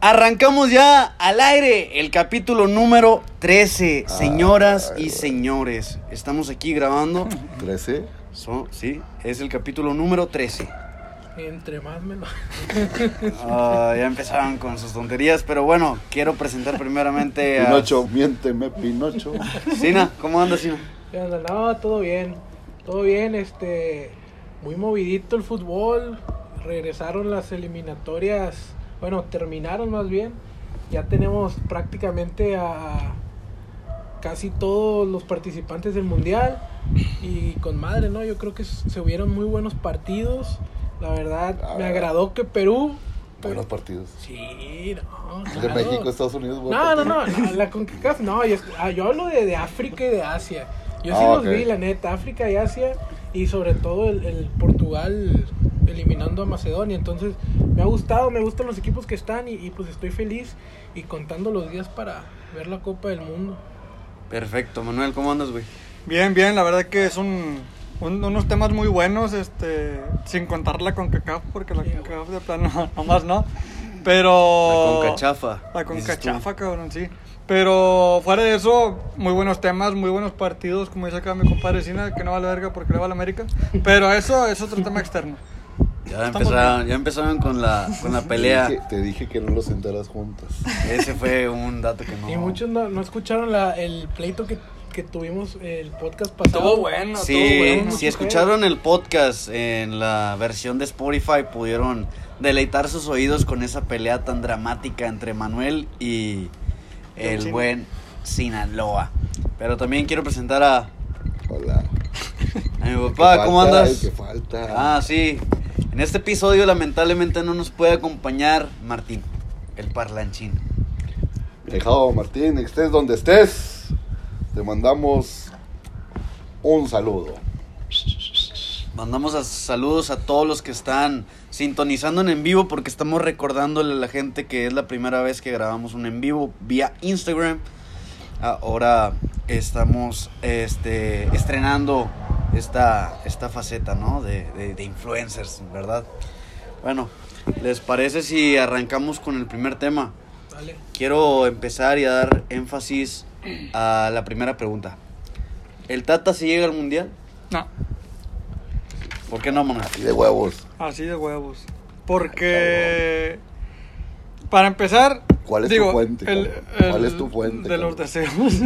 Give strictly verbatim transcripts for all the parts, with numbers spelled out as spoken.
Arrancamos ya al aire el capítulo número trece, señoras Ay, y señores. Estamos aquí grabando. ¿trece? So, sí, es el capítulo número trece. Entre más me lo... Uh, ya empezaron con sus tonterías, pero bueno, quiero presentar primeramente a... Pinocho, miénteme, Pinocho. Sina, ¿cómo andas, Sina? ¿Qué onda? No, todo bien. Todo bien, este... Muy movidito el fútbol. Regresaron las eliminatorias... Bueno, terminaron más bien. Ya tenemos prácticamente a casi todos los participantes del mundial. Y con madre, ¿no? Yo creo que se hubieron muy buenos partidos. La verdad, A me ver. agradó que Perú... Buenos partidos. Sí, no, De claro. México, Estados Unidos. buen No, no, partido. no, la, la CONCACAF, no, yo, ah, yo hablo de, de África y de Asia. Yo sí Ah, los ok. vi, la neta, África y Asia, y sobre todo el, el Portugal eliminando a Macedonia. Entonces, me ha gustado, me gustan los equipos que están y, y pues estoy feliz y contando los días para ver la Copa del Mundo. Perfecto, Manuel, ¿cómo andas, güey? Bien, bien, la verdad que son un, unos temas muy buenos, este, sin contar la CONCACAF, porque la Sí, CONCACAF de plano nomás no, pero... La concachafa. La dices tú. CONCACHAFA, cabrón, sí. Pero fuera de eso, muy buenos temas, muy buenos partidos, como dice acá mi compadre Sina, que no vale verga porque le va a la América, pero eso es otro tema externo. Ya Estamos empezaron, bien. ya empezaron con la, con la Te pelea. dije, te dije que no los sentaras juntos. Ese fue un dato que no... Y muchos no, no escucharon la, el pleito que, que tuvimos el podcast pasado. Estuvo bueno, Sí, estuvo bueno. si escucharon el podcast en la versión de Spotify, pudieron deleitar sus oídos con esa pelea tan dramática entre Manuel y el Sina. buen Sinaloa. Pero también quiero presentar a, Hola. a mi ¿Qué papá. ¿Cómo falta? andas? El que falta. Ah, sí. En este episodio lamentablemente no nos puede acompañar Martín, el parlanchín. Viejado Martín, estés donde estés, te mandamos un saludo. Mandamos a- saludos a todos los que están sintonizando en en vivo, porque estamos recordándole a la gente que es la primera vez que grabamos un en vivo vía Instagram. Ahora estamos este, estrenando esta, esta faceta, ¿no? de, de, de influencers, ¿verdad? Bueno, ¿les parece si arrancamos con el primer tema? Vale. Quiero empezar y a dar énfasis a la primera pregunta. ¿El Tata sí llega al Mundial? No, ¿Por qué no, Manuel? Y de huevos. así de huevos. Porque, para empezar, ¿Cuál es digo, tu fuente? el- cabrón? el- ¿Cuál es tu fuente? De los cabrón? deseos.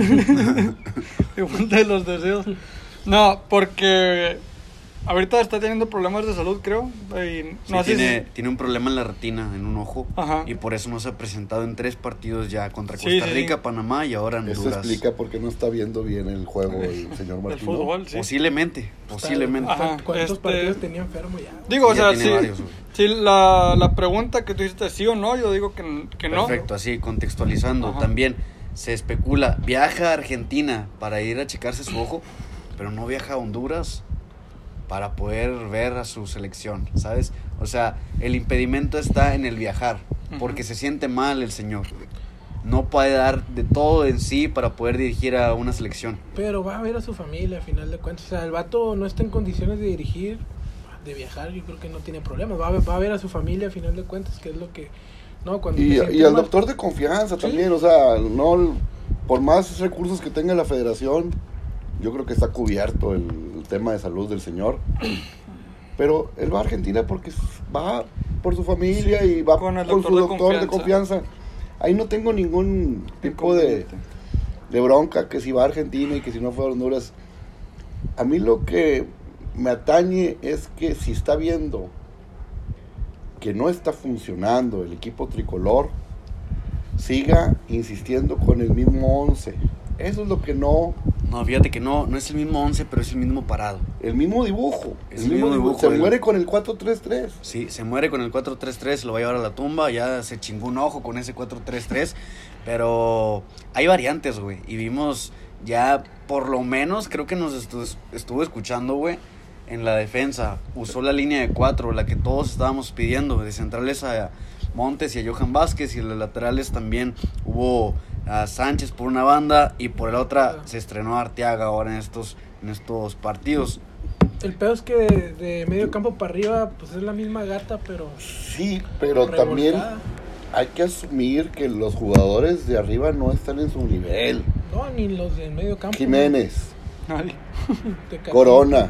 Mi fuente de los deseos. No, porque ahorita está teniendo problemas de salud, creo. Y Sí, no sé tiene, si- tiene un problema en la retina, en un ojo. Ajá. Y por eso no se ha presentado en tres partidos ya, contra Sí, Costa sí, Rica, sí. Panamá y ahora Eso Honduras. explica por qué no está viendo bien el juego el señor del Martín. fútbol, sí. Posiblemente, posiblemente. Ajá. ¿Cuántos este- partidos tenía enfermo ya? Digo, o Ya sea, tiene sí, varios, güey. sí, la, la pregunta que tú hiciste, sí o no, yo digo que, que no. Perfecto, así, contextualizando. Ajá. También se especula, viaja a Argentina para ir a checarse su ojo, pero no viaja a Honduras para poder ver a su selección, ¿sabes? O sea, el impedimento está en el viajar, porque Ujú. se siente mal el señor. No puede dar de todo en sí para poder dirigir a una selección. Pero va a ver a su familia, a final de cuentas. O sea, el vato no está en condiciones de dirigir, de viajar, yo creo que no tiene problemas. Va a ver, va a, ver a su familia, a final de cuentas, que es lo que... No, cuando Y, te y sientes al mal- doctor de confianza Sí. también, o sea, no por más recursos que tenga la federación, yo creo que está cubierto el, el tema de salud del señor. Pero él va a Argentina porque va por su familia y va Con con, el su doctor de doctor de confianza. confianza. Ahí no tengo ningún tipo de, Inconveniente. de bronca que si va a Argentina y que si no fue a Honduras. A mí lo que me atañe es que si está viendo que no está funcionando el equipo tricolor, siga insistiendo con el mismo once. Eso es lo que no, No, fíjate que no, no es el mismo once, pero es el mismo parado. el mismo dibujo. Es el mismo dibujo. Se el- muere con el cuatro tres tres. Sí, se muere con el cuatro tres tres, lo va a llevar a la tumba, ya se chingó un ojo con ese cuatro tres tres, pero hay variantes, güey, y vimos ya por lo menos, creo que nos estu- estuvo escuchando, güey, en la defensa, usó la línea de cuatro, la que todos estábamos pidiendo, de centrales a Montes y a Johan Vázquez, y en los laterales también hubo a Sánchez por una banda y por la otra se estrenó Arteaga ahora en estos, en estos partidos. El pedo es que de, de medio campo para arriba, pues es la misma gata, pero Sí, pero revolcada. también hay que asumir que los jugadores de arriba no están en su nivel. No, ni los del medio campo. Jiménez, Nadie. Tecatito. Corona,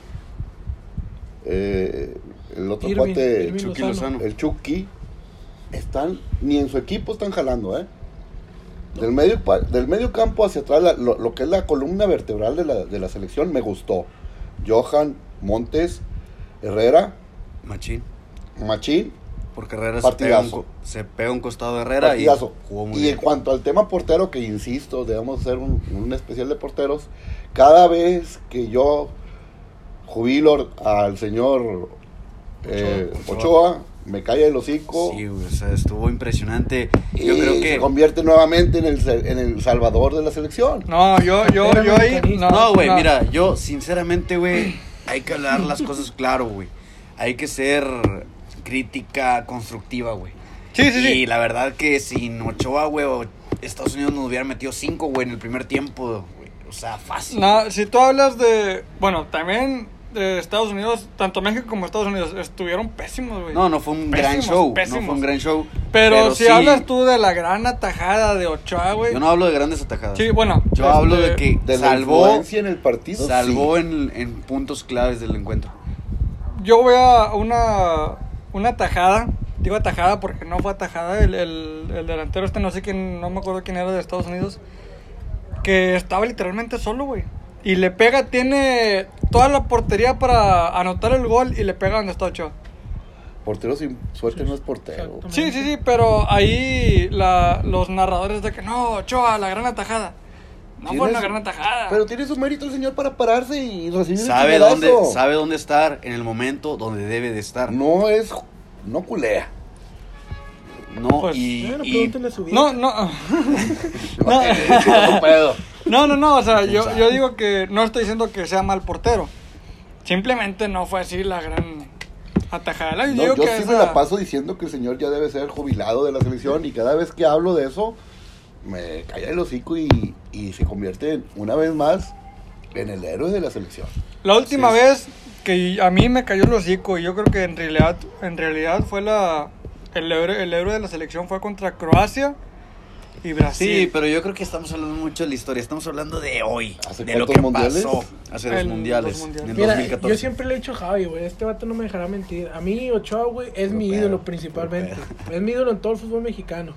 eh, el otro Irving, cuate, Irving Chucky Lozano. Lozano. el Chucky, están, ni en su equipo están jalando, ¿eh? Del medio, pa- del medio campo hacia atrás, la- lo, lo que es la columna vertebral de la, de la selección me gustó. Johan, Montes, Herrera, Machín. Machín, Porque Herrera se pega, un, Partidazo. co- se pega un costado de Herrera partidazo. y jugó muy Y bien. en cuanto al tema portero, que insisto, debemos hacer un, un especial de porteros, cada vez que yo jubilo al señor eh, Ochoa. Ochoa, me cae el hocico. Sí, güey, o sea, estuvo impresionante. Y Yo creo que... se convierte nuevamente en el, se- en el salvador de la selección. No, yo, yo, Pero yo ahí. americanista. No, güey, no. mira, yo sinceramente, güey, hay que hablar las cosas claro, güey. Hay que ser crítica constructiva, güey. Sí, sí, sí. Y la verdad que sin Ochoa, güey, o Estados Unidos nos hubiera metido cinco, güey, en el primer tiempo, güey. O sea, fácil. No, si tú hablas de. Bueno, también de Estados Unidos, tanto México como Estados Unidos estuvieron pésimos, güey. No, no fue un gran Pésimos, show. pésimos. No fue un gran show. Pero, si sí, hablas tú de la gran atajada de Ochoa, güey. Yo no hablo de grandes atajadas. Sí, bueno. Yo este, hablo de que De la salvó, influencia en el partido. salvó sí. en, en puntos claves del encuentro. Yo voy a una. Una atajada. Digo atajada porque no fue atajada. El, el, el delantero este, no sé quién. No me acuerdo quién era de Estados Unidos. Que estaba literalmente solo, güey. Y le pega, tiene toda la portería para anotar el gol y le pega donde está Ochoa. Portero sin suerte no es portero. Exacto. Sí, sí, sí, pero ahí la, los narradores de que no, Ochoa, la gran atajada. No fue Tiene una su- gran atajada. Pero tiene su mérito el señor para pararse y recibir Sabe el dónde, chingadazo. sabe dónde estar en el momento donde debe de estar. No, No es, no culea. Pues, y, Bueno, y- pregúntenle a su vida. No, no. No, no puedo. No, no, no, o sea, yo, sabe? yo digo que no estoy diciendo que sea mal portero. Simplemente no fue así la gran atajada. Yo, No, digo yo que sí esa- me la paso diciendo que el señor ya debe ser jubilado de la selección y cada vez que hablo de eso me calla el hocico y, y se convierte en, una vez más en el héroe de la selección. La última Sí, vez que a mí me cayó el hocico y yo creo que en realidad, en realidad fue la el héroe, el héroe de la selección fue contra Croacia y Brasil. Sí, pero yo creo que estamos hablando mucho de la historia. Estamos hablando de hoy. ¿Hace De lo cuántos que mundiales? pasó hace los En mundiales. los mundiales. En el Mira, dos mil catorce. yo siempre le he dicho a Javi, güey, este vato no me dejará mentir. A mí Ochoa, güey, es Puro mi pedo, ídolo puro principalmente. Es mi ídolo en todo el fútbol mexicano.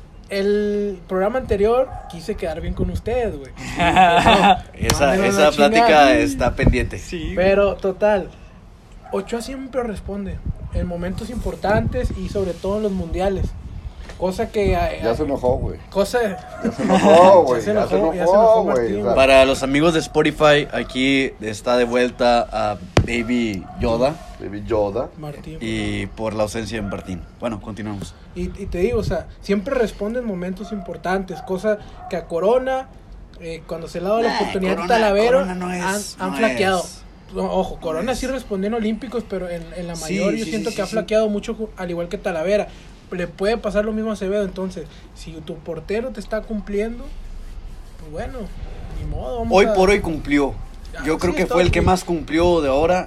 El programa anterior quise quedar bien con ustedes, güey. Esa, Mándenlo a esa la plática chingada. está pendiente. Sí. Pero, total, Ochoa siempre responde en momentos importantes y sobre todo en los mundiales. Cosa que... Ya se enojó, güey. Cosa... Ya se enojó, güey. Ya se Ya se enojó, ya se enojó, enojó güey. Martín. O sea, Para los amigos de Spotify, aquí está de vuelta a Baby Yoda. Baby Yoda. Martín. Y por la ausencia de Martín. Bueno, continuamos. Y, y te digo, o sea, siempre responde en momentos importantes, cosa que a Corona, eh, cuando se le ha dado la Nah, oportunidad Corona- a Talavero, Corona no es- han, han no flaqueado. es. No, ojo, Corona No es. sí respondió en Olímpicos, pero en, en la Sí, mayor yo sí, siento sí, que ha sí, flaqueado mucho, ju- al igual que Talavera. Le puede pasar lo mismo a Acevedo, entonces, si tu portero te está cumpliendo, pues bueno, ni modo. Vamos Hoy a- por hoy cumplió. Ah, Yo creo sí, que está fue el que bien. más cumplió de ahora.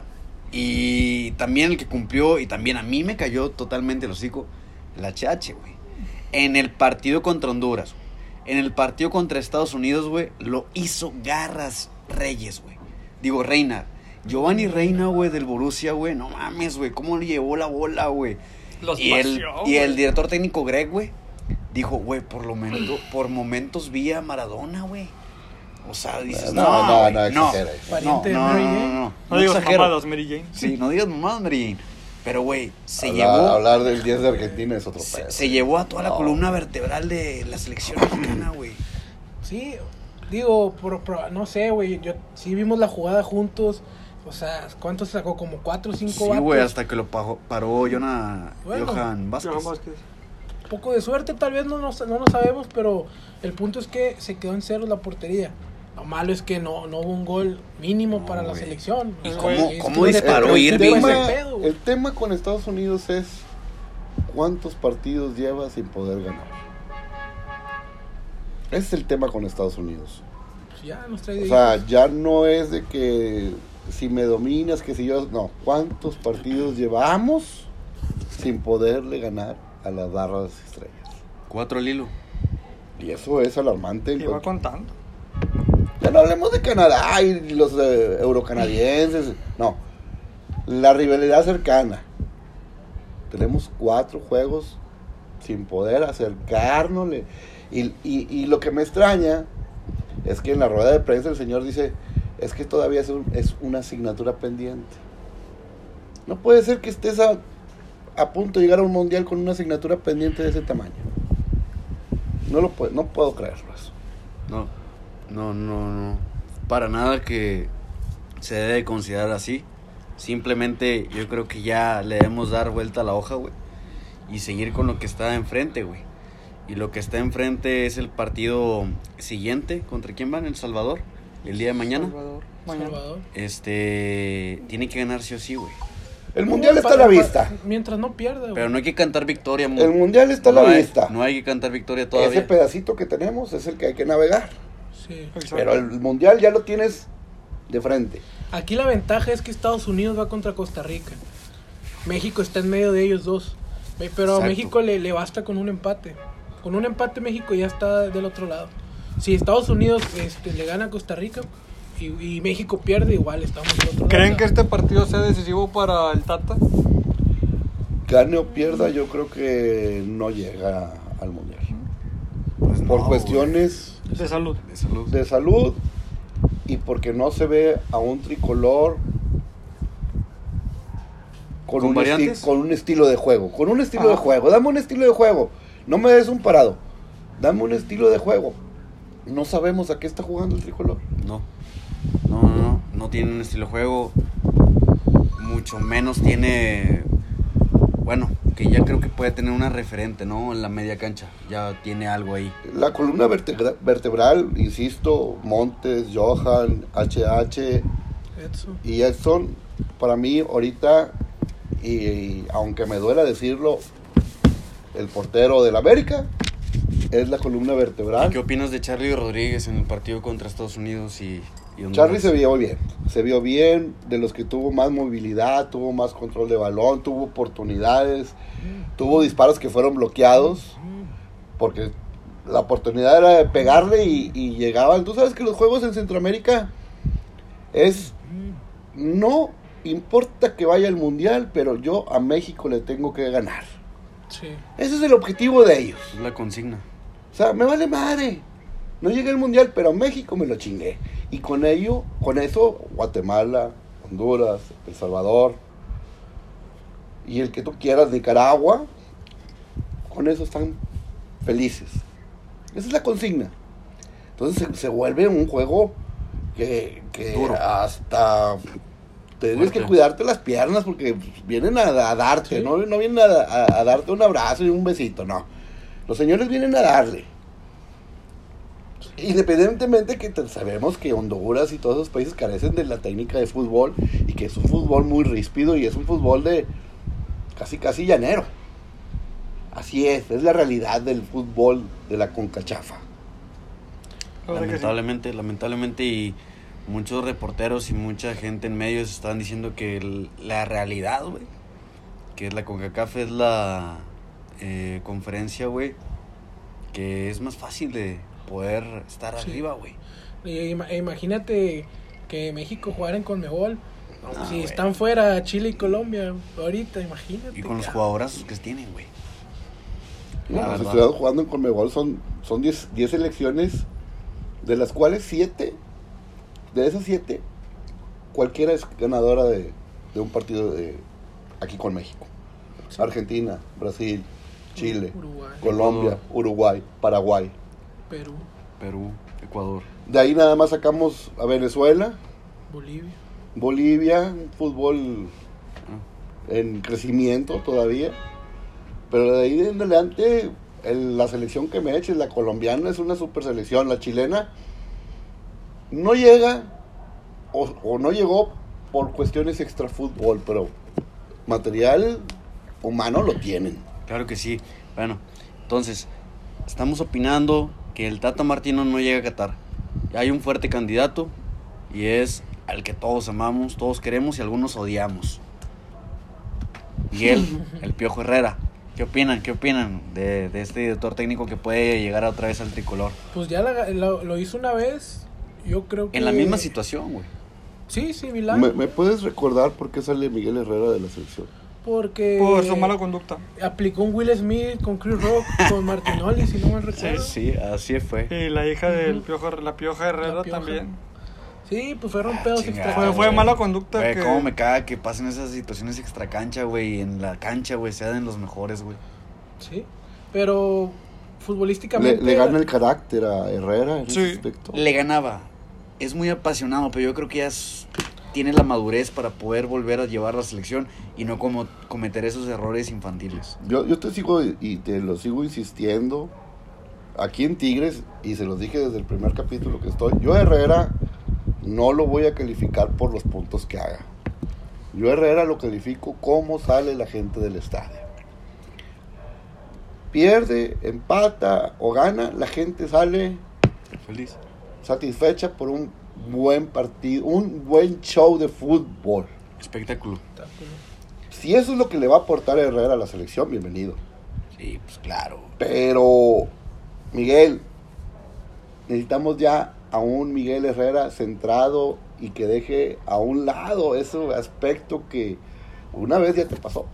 Y también el que cumplió. Y también a mí me cayó totalmente el hocico. La H H, güey. En el partido contra Honduras. En el partido contra Estados Unidos, güey. Lo hizo Garras Reyes, güey. Digo, Reina. Giovanni Reina, güey, del Borussia, güey. No mames, güey. ¿Cómo le llevó la bola, güey? Los Y el, paseó, y el güey. director técnico Greg, güey, dijo, güey, por lo menos, por momentos vi a Maradona, güey. O sea, dices, No, no, no, güey, no, no, exagera. no, Pariente de no, Mary no, Jane. no, no, No no digas exagero. mamadas, Mary Jane. Sí, no digas mamadas, Mary Jane. Pero, güey, se Hablar, llevó, hablar del diez de Argentina es otro se, pedo. se llevó a toda la No. columna vertebral de la selección mexicana, güey. Sí, digo, por, por- no sé, güey, yo sí vimos la jugada juntos. O sea, ¿cuánto se sacó? Como cuatro o cinco Sí, vatos. güey, hasta que lo pago- paró Jonah, Bueno, Johan Vázquez. Johan Vázquez. Un poco de suerte, tal vez no, no, no lo sabemos, pero el punto es que se quedó en cero la portería. Lo malo es que no, no hubo un gol mínimo No, para la güey. selección. ¿Y O sea, cómo- es cómo que disparó ese- Irving, ese tema, pedo, güey. el tema con Estados Unidos es cuántos partidos lleva sin poder ganar. Ese es el tema con Estados Unidos. Pues ya nos trae O de sea, hijos. ya no es de que si me dominas, que si yo... No, ¿cuántos partidos llevamos sin poderle ganar a las barras estrellas. Cuatro al hilo. Y eso es alarmante. Y va contando. Ya no hablemos de Canadá y los eh, eurocanadienses. No. La rivalidad cercana. Tenemos cuatro juegos sin poder acercarnos. Y, y, y lo que me extraña es que en la rueda de prensa el señor dice, es que todavía es, un, es una asignatura pendiente. No puede ser que estés a, a punto de llegar a un mundial con una asignatura pendiente de ese tamaño. No lo puedo, no puedo creerlo eso. No, no, no, no. Para nada que se debe considerar así. Simplemente yo creo que ya le debemos dar vuelta a la hoja, güey. Y seguir con lo que está enfrente, güey. Y lo que está enfrente es el partido siguiente. ¿Contra quién van? El Salvador. El día de mañana. Salvador. Mañana. Salvador. Este... Tiene que ganar sí o sí, güey. El mundial está a la vista. Mientras no pierda, güey. Pero no hay que cantar victoria, mu- El mundial está a no la hay- vista. No hay que cantar victoria todavía. Ese pedacito que tenemos es el que hay que navegar. Sí. Exacto. Pero el mundial ya lo tienes de frente. Aquí la ventaja es que Estados Unidos va contra Costa Rica. México está en medio de ellos dos. Ve, Pero a Exacto. México le, le basta con un empate. Con un empate México ya está del otro lado. Si Estados Unidos este, le gana a Costa Rica y, y México pierde, igual estamos del otro lado. ¿Creen que este partido sea decisivo para el Tata? Gane o pierda, yo creo que no llega al mundial. Pues no, Por güey. cuestiones De salud. De salud. de salud y porque no se ve a un tricolor con, ¿Con un, variantes? esti- con un estilo de juego. Con un estilo Ajá. de juego. Dame un estilo de juego. No me des un parado. Dame un estilo de juego. No sabemos a qué está jugando el tricolor. No. No, no, no. No tiene un estilo de juego. Mucho menos tiene... Bueno, que ya creo que puede tener una referente, ¿no? En la media cancha. Ya tiene algo ahí. La columna vertebra- vertebral, insisto, Montes, Johan, H H Edson. y Edson, para mí ahorita, y, y aunque me duela decirlo, el portero del América es la columna vertebral. ¿Qué opinas de Charlie Rodríguez en el partido contra Estados Unidos y, y Honduras? Charlie se vio bien, se vio bien, de los que tuvo más movilidad, tuvo más control de balón, tuvo oportunidades, tuvo disparos que fueron bloqueados, porque la oportunidad era de pegarle y, y llegaban. Tú sabes que los juegos en Centroamérica es, no importa que vaya al Mundial, pero yo a México le tengo que ganar. Sí. Ese es el objetivo de ellos. Es la consigna. O sea, me vale madre. No llegué al mundial, pero a México me lo chingué. Y con ello, con eso, Guatemala, Honduras, El Salvador y el que tú quieras, Nicaragua, con eso están felices. Esa es la consigna. Entonces se, se vuelve un juego que, que Duro. hasta te tienes Fuerte. que cuidarte las piernas porque vienen a, a darte, Sí. no, no vienen a, a- a darte un abrazo y un besito, no. Los señores vienen a darle. Independientemente que te- sabemos que Honduras y todos esos países carecen de la técnica de fútbol y que es un fútbol muy ríspido y es un fútbol de casi casi llanero. Así es, es la realidad del fútbol de la CONCACHAFA. La verdad que sí. Lamentablemente, lamentablemente y muchos reporteros y mucha gente en medios estaban diciendo que el- la realidad, güey, que la CONCACAF es la eh, conferencia, güey, que es más fácil de poder estar Sí. arriba, güey. Y ima- e imagínate que México jugara en Conmebol. No, No, si güey. están fuera Chile y Colombia, ahorita, imagínate. Y con los cabrón. jugadorazos que tienen, güey. No, La los verdad. estudiados jugando en Conmebol son son diez selecciones, de las cuales siete, de esas siete, cualquiera es ganadora de, de un partido de aquí con México. Argentina, Brasil, Chile, Uruguay, Colombia, Uruguay, Paraguay. Perú, Perú, Ecuador. De ahí nada más sacamos a Venezuela, Bolivia. Bolivia, un fútbol en crecimiento todavía. Pero de ahí en adelante, el- la selección que me eches, la colombiana es una super selección, la chilena no llega o, o no llegó por cuestiones extra fútbol, pero material humano lo tienen. Claro que sí. Bueno, entonces, estamos opinando que el Tata Martino no llega a Qatar. Hay un fuerte candidato y es al que todos amamos, todos queremos y algunos odiamos. Y él, el Piojo Herrera. ¿Qué opinan? ¿Qué opinan de, de este director técnico que puede llegar otra vez al tricolor? Pues ya la- lo, lo hizo una vez, yo creo que... En la misma situación, güey. Sí, similar. ¿Me, ¿Me puedes recordar por qué sale Miguel Herrera de la selección? Porque... Por su mala conducta. aplicó un Will Smith con Chris Rock, con Martinoli, si no mal recuerdo. Sí, así fue. Y la hija del Ujú. Piojo, la Pioja Herrera La Pioja. también. Sí, pues fueron pedos Chingada, extra. Fue- fue güey. mala conducta Güey, que- cómo me caga que pasen esas situaciones extra cancha, güey, y en la cancha, güey, sean los mejores, güey. Sí, pero Le, futbolísticamente... le gana el carácter a Herrera en Sí. ese aspecto. Le ganaba. Es muy apasionado, pero yo creo que ya es- tiene la madurez para poder volver a llevar la selección y no como cometer esos errores infantiles. Yo, yo te sigo y te lo sigo insistiendo. Aquí en Tigres, y se los dije desde el primer capítulo que estoy, yo a Herrera no lo voy a calificar por los puntos que haga. Yo a Herrera lo califico como sale la gente del estadio. Pierde, empata o gana, la gente sale Feliz. satisfecha por un buen partido, un buen show de fútbol. Espectáculo. Si eso es lo que le va a aportar a Herrera a la selección, bienvenido. Sí, pues claro. Pero, Miguel, necesitamos ya a un Miguel Herrera centrado y que deje a un lado ese aspecto que una vez ya te pasó.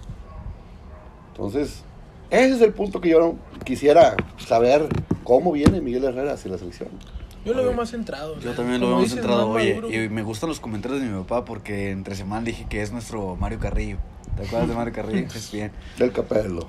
Entonces, ese es el punto que yo quisiera saber cómo viene Miguel Herrera hacia la selección. Yo lo veo más centrado. Yo ¿no? también lo Como veo dices, centrado. más Oye, maduro. y me gustan los comentarios de mi papá porque entre semana dije que es nuestro Mario Carrillo. ¿Te acuerdas de Mario Carrillo? Es bien. Del Capello.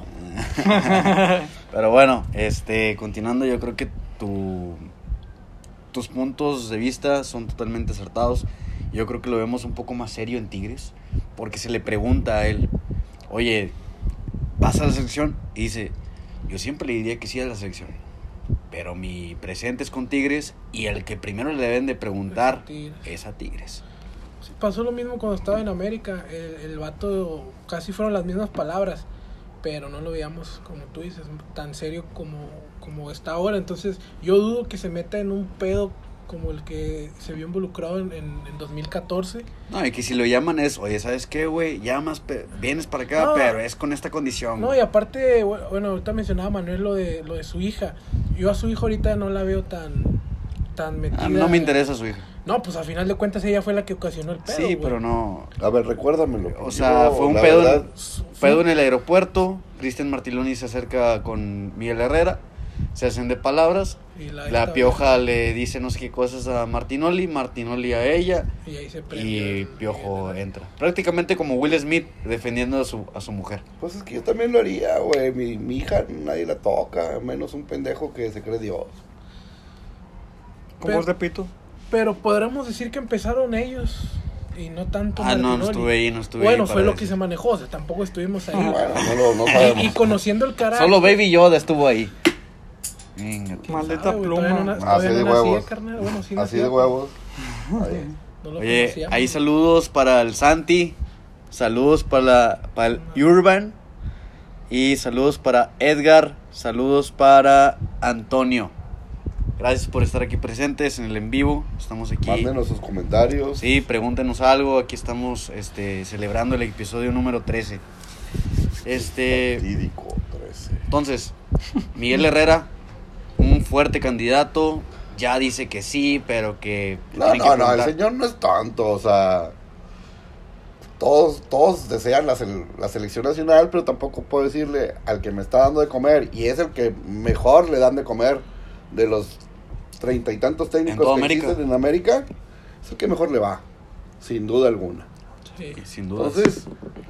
Pero bueno, este, continuando, yo creo que tu, tus puntos de vista son totalmente acertados. Yo creo que lo vemos un poco más serio en Tigres, porque se le pregunta a él, oye, ¿vas a la selección? Y dice, yo siempre le diría que sí a la selección, pero mi presente es con Tigres y el que primero le deben de preguntar Es a Tigres. es a Tigres. Sí, pasó lo mismo cuando estaba en América. El, el vato, casi fueron las mismas palabras, pero no lo veíamos, como tú dices, tan serio como, como está ahora. Entonces, yo dudo que se meta en un pedo como el que se vio involucrado en, en, en dos mil catorce. No, y que si lo llaman es, oye, ¿sabes qué, güey? Llamas, pe- vienes para acá, No. pero es con esta condición. No, y aparte, bu- bueno, ahorita mencionaba Manuel lo de lo de su hija. Yo a su hija ahorita no la veo tan tan metida. A mí no me interesa su hija. No, pues a final de cuentas ella fue la que ocasionó el pedo. Sí, güey. pero no. A ver, recuérdamelo. O sea, Yo, fue un la pedo, verdad, pedo en el aeropuerto. Cristian Martiloni se acerca con Miguel Herrera. Se hacen de palabras. Y La esta- Pioja le dice no sé qué cosas a Martinoli. Martinoli a ella. Y ahí se prendió Y el- Piojo el- entra. Prácticamente como Will Smith defendiendo a su, a su mujer. Pues es que yo también lo haría, güey. Mi, mi hija nadie la toca, menos un pendejo que se cree Dios. Con Pero- voz de pito. Pero podríamos decir que empezaron ellos y no tanto Ah, no, no Martinoli. estuve ahí, no estuve Bueno, ahí fue para lo que decir. se manejó, o sea, tampoco estuvimos ahí. Bueno, no lo no Y, sabemos. y conociendo el carácter. Solo Baby Yoda estuvo ahí. Venga, tío. Maldita ¿sabe, güey? pluma. Todavía no, na- Así todavía de no nacía, huevos. carnal. Bueno, sí Así nacía, de huevos. Ahí. no lo Oye, conocíamos. ahí saludos para el Santi. Saludos para, la, para el Urban. Y saludos para Edgar. Saludos para Antonio. Gracias por estar aquí presentes en el en vivo. Estamos aquí. Mándenos sus comentarios. Sí, pregúntenos algo. Aquí estamos este, celebrando el episodio número trece. Este, Fatídico trece. entonces, Miguel Herrera, un fuerte candidato. Ya dice que sí, pero que. No, tienen que no, no, el preguntar. señor no es tonto, o sea, todos, todos desean la, sele- la selección nacional, pero tampoco puedo decirle al que me está dando de comer, y es el que mejor le dan de comer de los treinta y tantos técnicos toda que América. existen en América, es el que mejor le va, sin duda alguna. Sí. Sin duda. Entonces,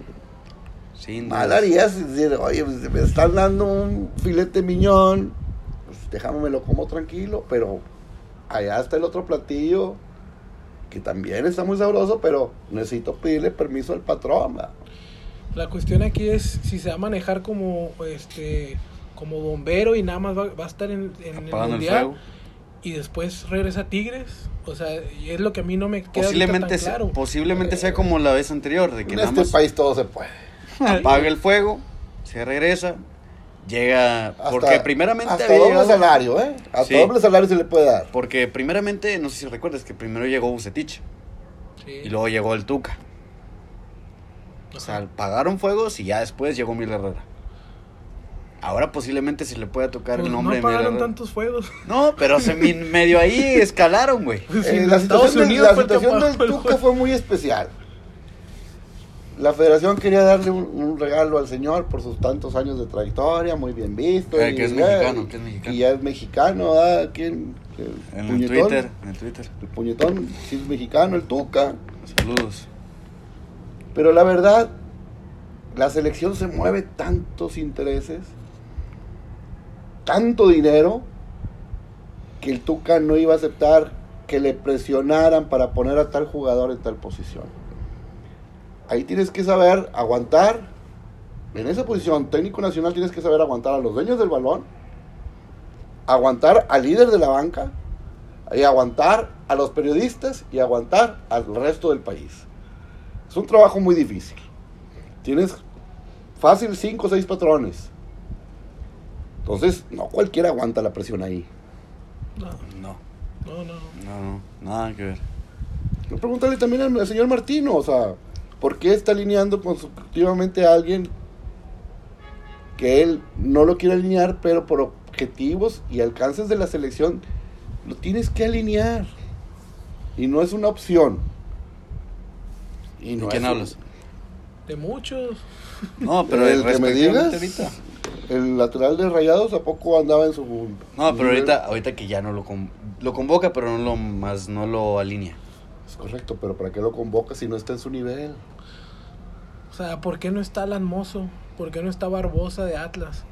Sin mal dudas. harías decir, oye, pues, me están dando un filete miñón, pues déjame me lo como tranquilo, pero allá está el otro platillo que también está muy sabroso, pero necesito pedirle permiso al patrón, ¿verdad? La cuestión aquí es si se va a manejar como este como bombero y nada más va, va a estar en, en el Apagando el mundial fuego. y después regresa a Tigres. O sea, y es lo que a mí no me queda ahorita Posiblemente, tan sea, claro. posiblemente sea como la vez anterior, de que En nada este más país todo se puede. apaga el fuego, se regresa, llega, Hasta- porque primeramente hasta había doble llegado- salario, ¿eh? Hasta Sí. doble salario se le puede dar. porque primeramente, no sé si recuerdas que primero llegó Bucetich Sí. y luego llegó el Tuca. O sea, apagaron fuegos y ya después llegó Miguel Herrera. Ahora posiblemente se le pueda tocar Pues el nombre no de Miguel apagaron Herrera. tantos fuegos. No, pero se me- medio ahí escalaron, güey. Pues Eh, en la Estados situación, del, Unidos la fue el que situación del apagó el Tuca juego. fue muy especial. La federación quería darle un, un regalo al señor por sus tantos años de trayectoria, muy bien visto. Eh, y que es ya- mexicano, que es mexicano. Y ya es mexicano, ¿ah? ¿Quién? El En el puñetón. Twitter, en el Twitter. El puñetón, sí es mexicano, el Tuca. Saludos. Pero la verdad, la selección se mueve tantos intereses, tanto dinero, que el Tuca no iba a aceptar que le presionaran para poner a tal jugador en tal posición. Ahí tienes que saber aguantar, en esa posición técnico nacional tienes que saber aguantar a los dueños del balón, aguantar al líder de la banca, y aguantar a los periodistas y aguantar al resto del país. Es un trabajo muy difícil. Tienes fácil cinco o seis patrones. Entonces, no cualquiera aguanta la presión ahí. No, No, no, no. no, no, nada que ver. Pregúntale también al, al señor Martino, o sea, ¿por qué está alineando consecutivamente a alguien que él no lo quiere alinear, pero por objetivos y alcances de la selección lo tienes que alinear? Y no es una opción. Y no ¿De quién es un- hablas? De muchos. No, pero el que me respectivamente digas, ahorita. el lateral de Rayados, ¿a poco andaba en su... No, pero ahorita, ahorita que ya no lo con- lo convoca, pero no lo más no lo alinea. Es correcto, pero ¿para qué lo convoca si no está en su nivel? O sea, ¿por qué no está Alan Mozo? ¿Por qué no está Barbosa de Atlas?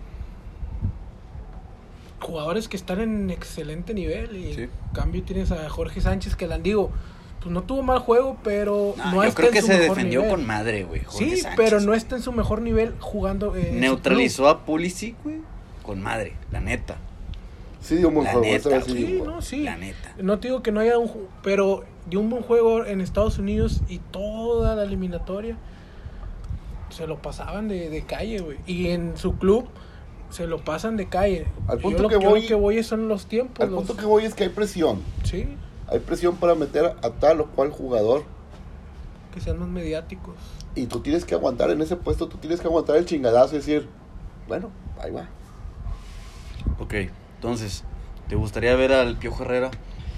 Jugadores que están en excelente nivel. Y Sí. en cambio tienes a Jorge Sánchez, que Landigo, pues no tuvo mal juego, pero No, no, yo está creo en que su se mejor defendió nivel. con madre, güey. Jorge Sí, Sánchez. pero no está en su mejor nivel jugando. eh, en su Neutralizó a Pulisic, güey, con madre, la neta. Sí dio un buen La juego, neta, esta vez sí club. dio un Sí, buen no, sí. La neta. No te digo que no haya un ju- pero dio un buen juego en Estados Unidos y toda la eliminatoria se lo pasaban de, de calle, güey. Y en su club se lo pasan de calle. Al Yo punto lo que yo lo voy- que voy son los tiempos. Al los- punto que voy es que hay presión. Sí, Hay presión para meter a tal o cual jugador. que sean más mediáticos. Y tú tienes que aguantar en ese puesto, tú tienes que aguantar el chingadazo y decir, bueno, ahí va. Ok, entonces, ¿te gustaría ver al Piojo Herrera?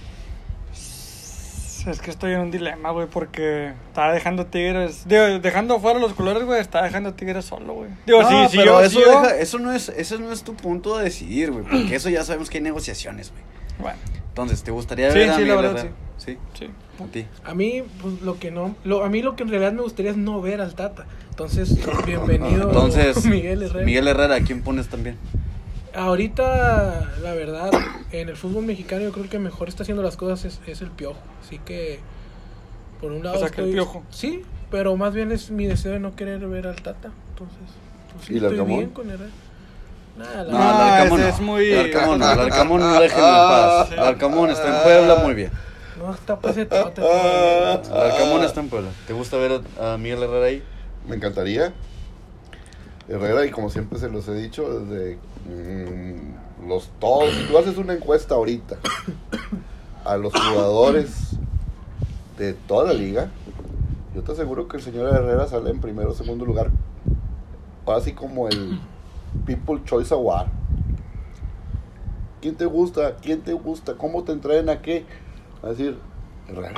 Es que estoy en un dilema, güey, porque está dejando Tigres. Digo, dejando fuera los colores, güey, está dejando Tigres solo, güey. Digo, No, sí, sí, pero yo, eso, sí, yo- deja- eso, no es, eso no es tu punto de decidir, güey, porque eso ya sabemos que hay negociaciones, güey. Bueno, Entonces, ¿te gustaría Sí, ver a sí, la Miguel verdad, Herrera? Sí. sí. ¿A ti? A mí, pues lo que no, lo, a mí lo que en realidad me gustaría es no ver al Tata. Entonces, bienvenido Entonces, Miguel Herrera. Miguel Herrera, ¿a quién pones también? Ahorita, la verdad, en el fútbol mexicano yo creo que el que mejor está haciendo las cosas es, es el Piojo. Así que, por un lado O sea, que el estoy- Piojo. Sí, pero más bien es mi deseo de no querer ver al Tata. Entonces, pues, sí, ¿Y el estoy Arcamón? bien con Herrera. Nada, la No, verdad. el Arcamón ese no. es muy- El Arcamón no, el Arcamón no, déjenlo en paz. El Arcamón está en Puebla, muy bien. No está para ese trote todavía. El Arcamón está en Puebla. ¿Te gusta ver a, a Miguel Herrera ahí? Me encantaría. Herrera, y como siempre se los he dicho, desde mm, los todos, si tú haces una encuesta ahorita a los jugadores de toda la liga, yo te aseguro que el señor Herrera sale en primero o segundo lugar. Ahora sí como el People Choice Award. ¿Quién te gusta? ¿Quién te gusta? ¿Cómo te entrena? ¿Qué? Va a decir, Herrera.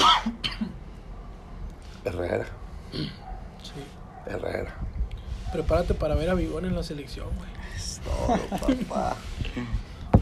Herrera. Sí. Herrera. Prepárate para ver a Bigón en la selección, güey. Es todo, papá.